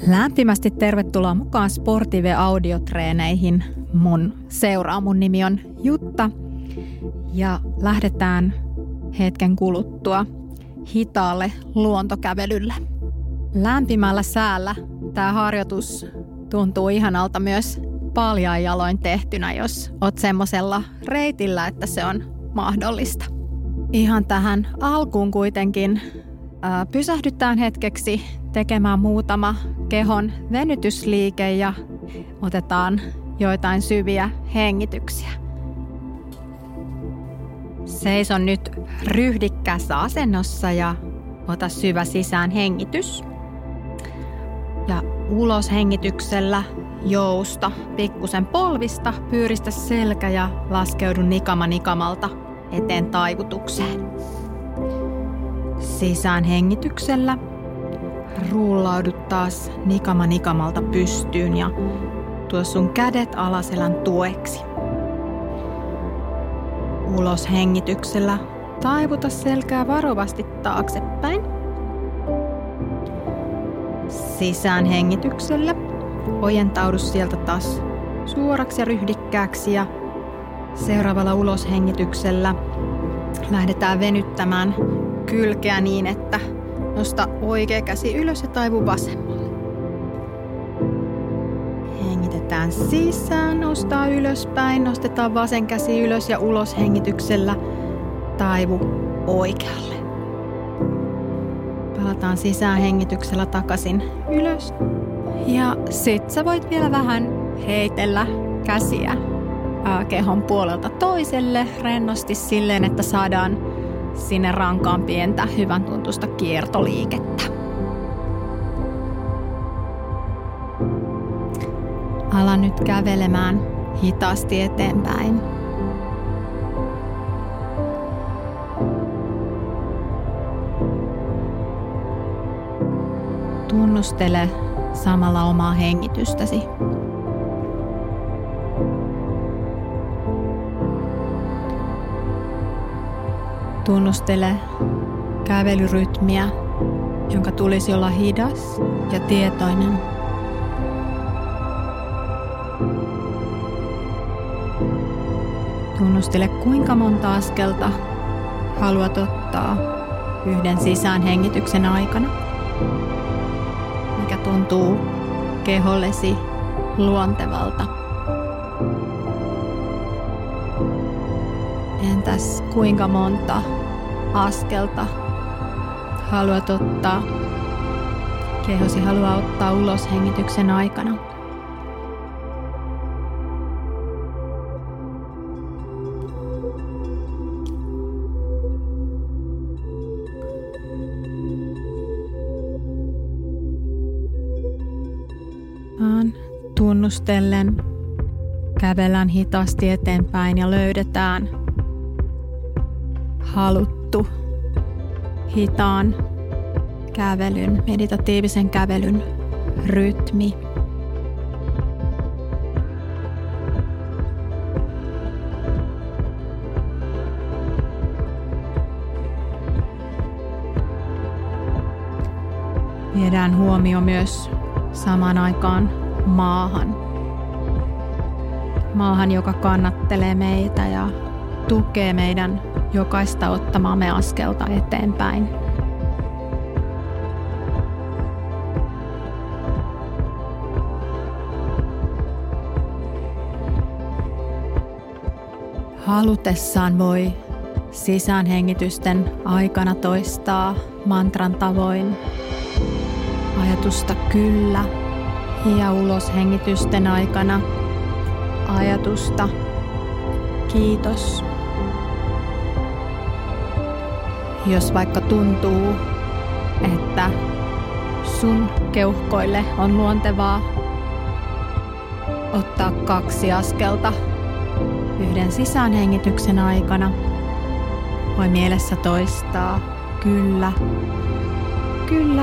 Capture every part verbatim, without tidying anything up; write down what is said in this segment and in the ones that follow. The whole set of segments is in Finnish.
Lämpimästi tervetuloa mukaan Sportive-audiotreeneihin. Mun seuraa. Mun nimi on Jutta ja lähdetään hetken kuluttua hitaalle luontokävelylle. Lämpimällä säällä tämä harjoitus tuntuu ihanalta myös paljain jaloin tehtynä, jos oot semmosella reitillä, että se on mahdollista. Ihan tähän alkuun kuitenkin ää, pysähdytään hetkeksi tekemään muutama kehon venytysliike ja otetaan joitain syviä hengityksiä. Seiso nyt ryhdikkäässä asennossa ja ota syvä sisään hengitys. Ja ulos hengityksellä jousta pikkusen polvista, pyyristä selkä ja laskeudu nikama nikamalta eteen taivutukseen. Sisään hengityksellä rullaudu taas nikama nikamalta pystyyn ja tuo sun kädet alaselän tueksi. Ulos hengityksellä taivuta selkää varovasti taaksepäin. Sisään hengityksellä ojentaudu sieltä taas suoraksi ja ryhdikkääksi ja seuraavalla uloshengityksellä lähdetään venyttämään kylkeä niin, että nosta oikea käsi ylös ja taivu vasemmalle. Hengitetään sisään, nostaa ylöspäin, nostetaan vasen käsi ylös ja uloshengityksellä taivu oikealle. Palataan sisään hengityksellä takaisin ylös. Ja sit sä voit vielä vähän heitellä käsiä ää, kehon puolelta toiselle rennosti silleen, että saadaan sinne rankaan pientä hyvän tuntuista kiertoliikettä. Ala nyt kävelemään hitaasti eteenpäin. Tunnustele samalla omaa hengitystäsi. Tunnustele kävelyrytmiä, jonka tulisi olla hidas ja tietoinen. Tunnustele, kuinka monta askelta haluat ottaa yhden sisään hengityksen aikana, mikä tuntuu kehollesi luontevalta. Entäs kuinka monta askelta haluat ottaa, kehosi haluaa ottaa ulos hengityksen aikana? Vaan tunnustellen kävellään hitaasti eteenpäin ja löydetään haluttu hitaan kävelyn, meditatiivisen kävelyn rytmi. Viedään huomio myös samaan aikaan maahan. Maahan, joka kannattelee meitä ja tukee meidän jokaista ottamaamme askelta eteenpäin. Halutessaan voi sisäänhengitysten aikana toistaa mantran tavoin ajatusta kyllä ja uloshengitysten aikana ajatusta kiitos. Jos vaikka tuntuu, että sun keuhkoille on luontevaa ottaa kaksi askelta yhden sisäänhengityksen aikana, voi mielessä toistaa kyllä, kyllä.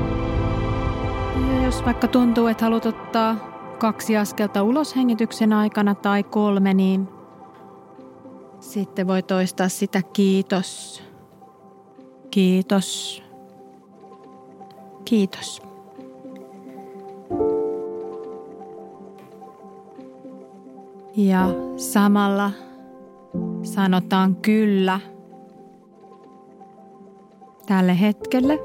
Ja jos vaikka tuntuu, että haluat ottaa kaksi askelta uloshengityksen aikana tai kolme, niin sitten voi toistaa sitä kiitos, kiitos, kiitos. Ja samalla sanotaan kyllä tälle hetkelle.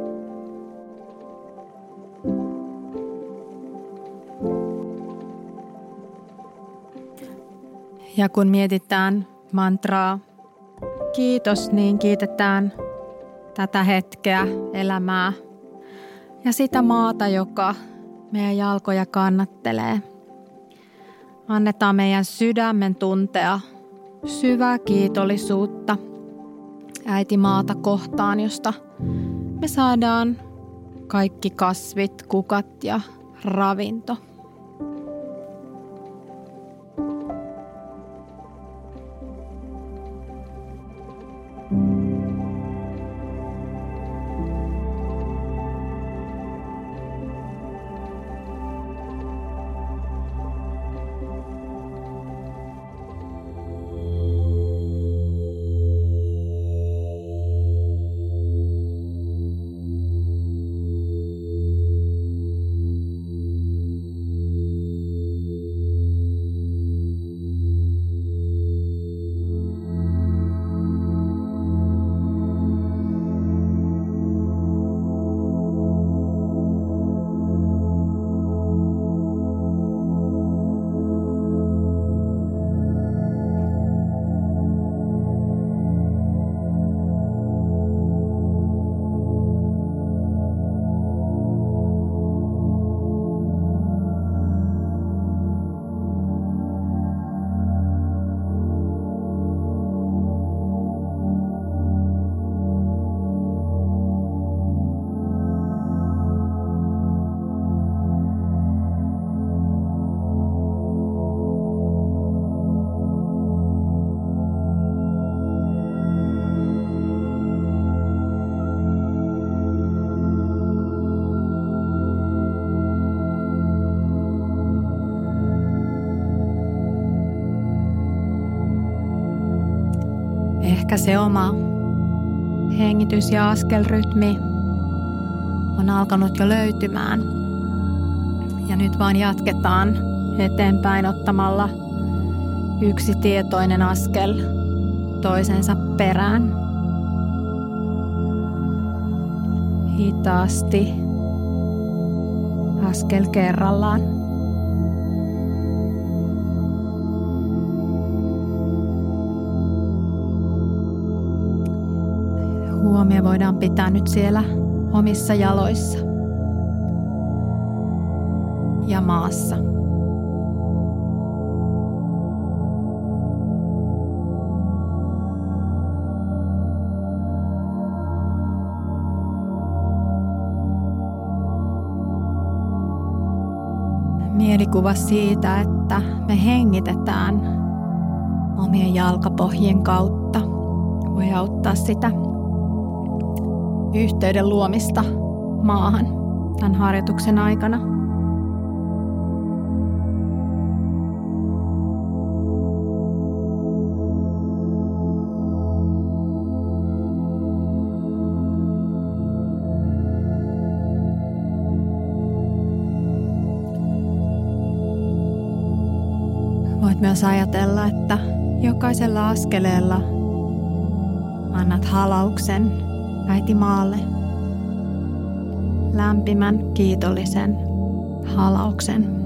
Ja kun mietitään mantraa kiitos, niin kiitetään tätä hetkeä, elämää ja sitä maata, joka meidän jalkoja kannattelee. Annetaan meidän sydämen tuntea syvää kiitollisuutta äiti maata kohtaan, josta me saadaan kaikki kasvit, kukat ja ravinto. Ehkä se oma hengitys- ja askelrytmi on alkanut jo löytymään. Ja nyt vaan jatketaan eteenpäin ottamalla yksi tietoinen askel toisensa perään. Hitaasti, askel kerrallaan. Huomio voidaan pitää nyt siellä omissa jaloissa ja maassa. Mielikuva siitä, että me hengitetään omien jalkapohjien kautta, voi auttaa sitä yhteyden luomista maahan tämän harjoituksen aikana. Voit myös ajatella, että jokaisella askeleella annat halauksen äiti maalle, lämpimän, kiitollisen halauksen.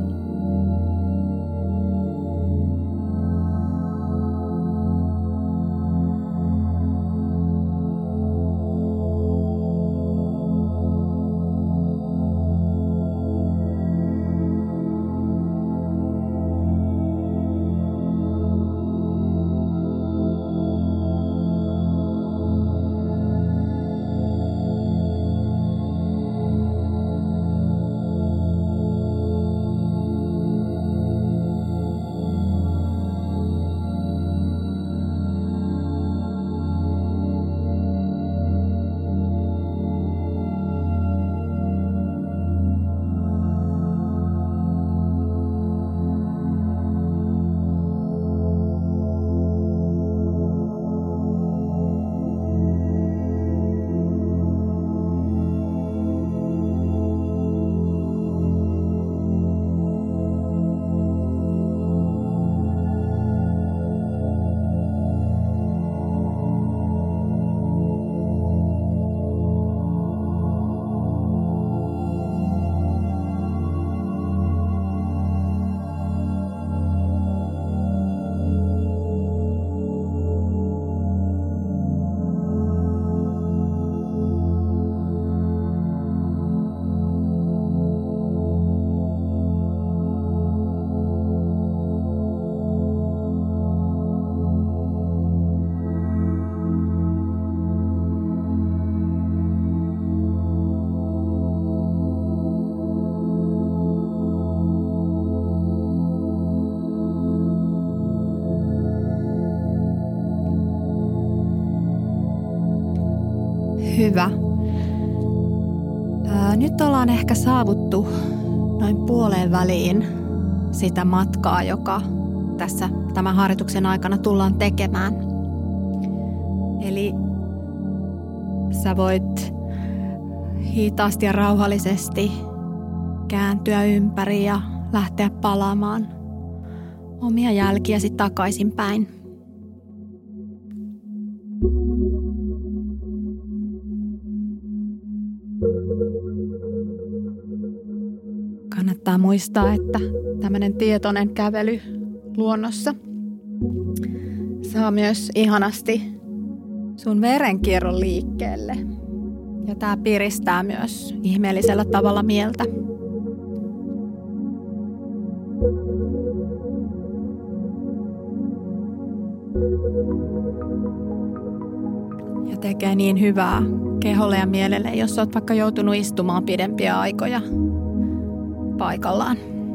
hyvä. Ää, nyt ollaan ehkä saavuttu noin puoleen väliin sitä matkaa, joka tässä tämän harjoituksen aikana tullaan tekemään. Eli sä voit hitaasti ja rauhallisesti kääntyä ympäri ja lähteä palaamaan omia jälkiäsi takaisinpäin. Kannattaa muistaa, että tämmöinen tietoinen kävely luonnossa saa myös ihanasti sun verenkierron liikkeelle. Ja tää piristää myös ihmeellisellä tavalla mieltä. Ja tekee niin hyvää keholle ja mielelle, jos oot vaikka joutunut istumaan pidempiä aikoja paikallaan.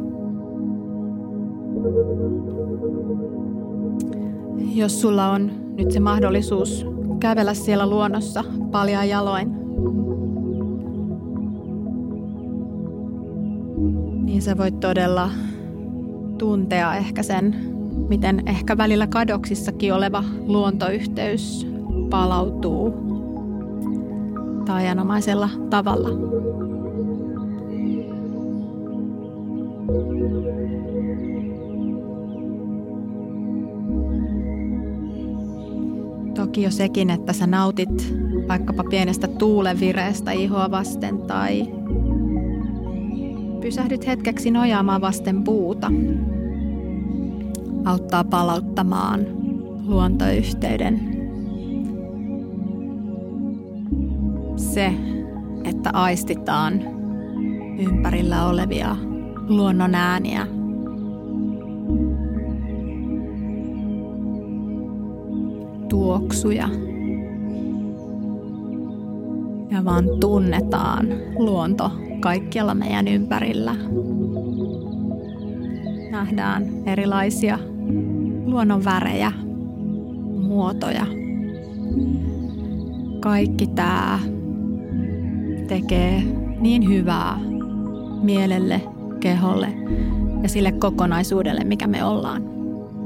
Jos sulla on nyt se mahdollisuus kävellä siellä luonnossa paljain jaloin, niin sä voit todella tuntea ehkä sen, miten ehkä välillä kadoksissakin oleva luontoyhteys palautuu taianomaisella tavalla. Toki jo sekin, että sä nautit vaikkapa pienestä tuulenvireestä ihoa vasten tai pysähdyt hetkeksi nojaamaan vasten puuta, auttaa palauttamaan luontoyhteyden. Se, että aistitaan ympärillä olevia luonnon ääniä, tuoksuja ja vaan tunnetaan luonto kaikkialla meidän ympärillä. Nähdään erilaisia luonnon värejä, muotoja. Kaikki tämä tekee niin hyvää mielelle, keholle ja sille kokonaisuudelle, mikä me ollaan.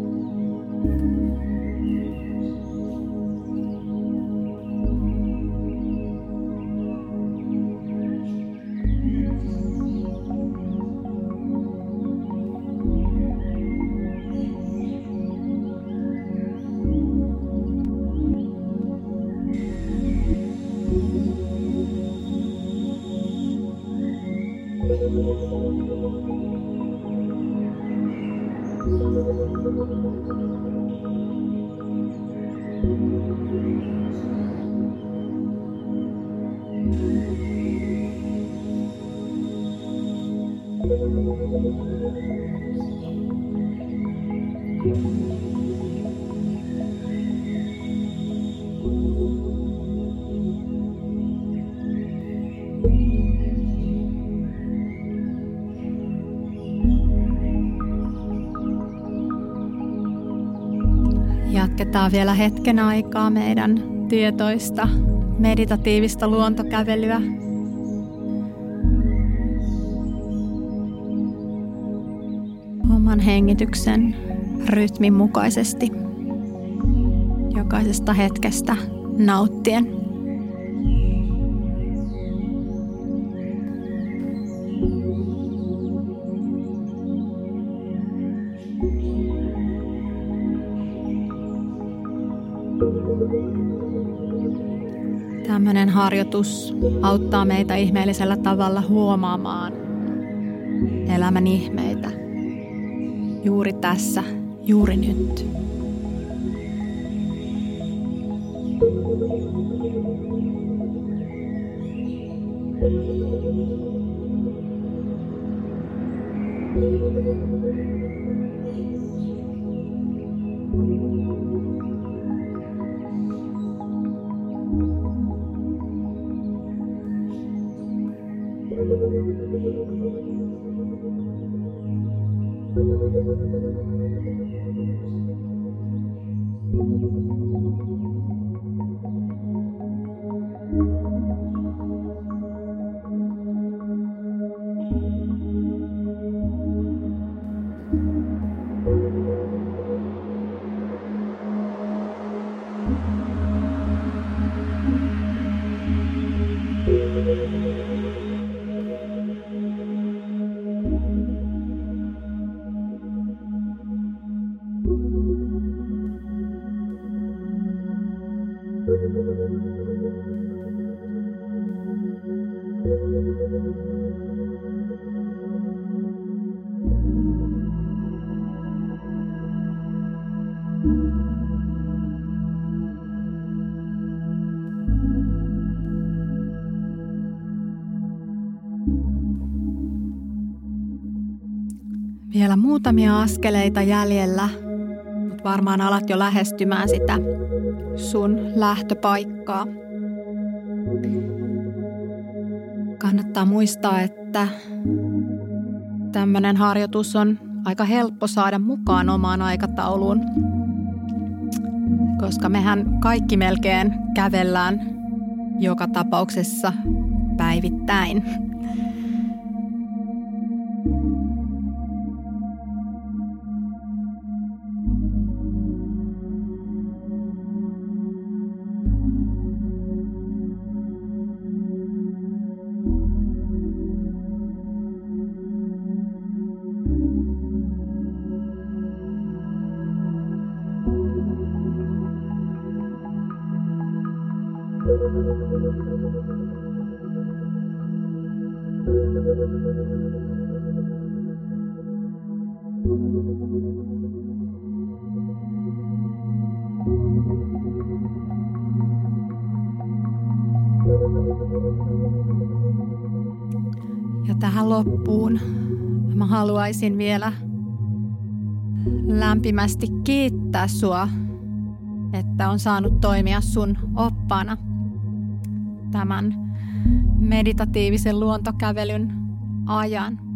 Jatketaan vielä hetken aikaa meidän tietoista, meditatiivista luontokävelyä. Oman hengityksen rytmin mukaisesti, jokaisesta hetkestä nauttien. Tämmöinen harjoitus auttaa meitä ihmeellisellä tavalla huomaamaan elämän ihmeitä juuri tässä, juuri nyt. Thank you. Vielä muutamia askeleita jäljellä, mutta varmaan alat jo lähestymään sitä sun lähtöpaikkaa. Kannattaa muistaa, että tämmöinen harjoitus on aika helppo saada mukaan omaan aikatauluun, koska mehän kaikki melkein kävellään joka tapauksessa päivittäin. Ja tähän loppuun mä haluaisin vielä lämpimästi kiittää sua, että on saanut toimia sun oppaana tämän meditatiivisen luontokävelyn ajan.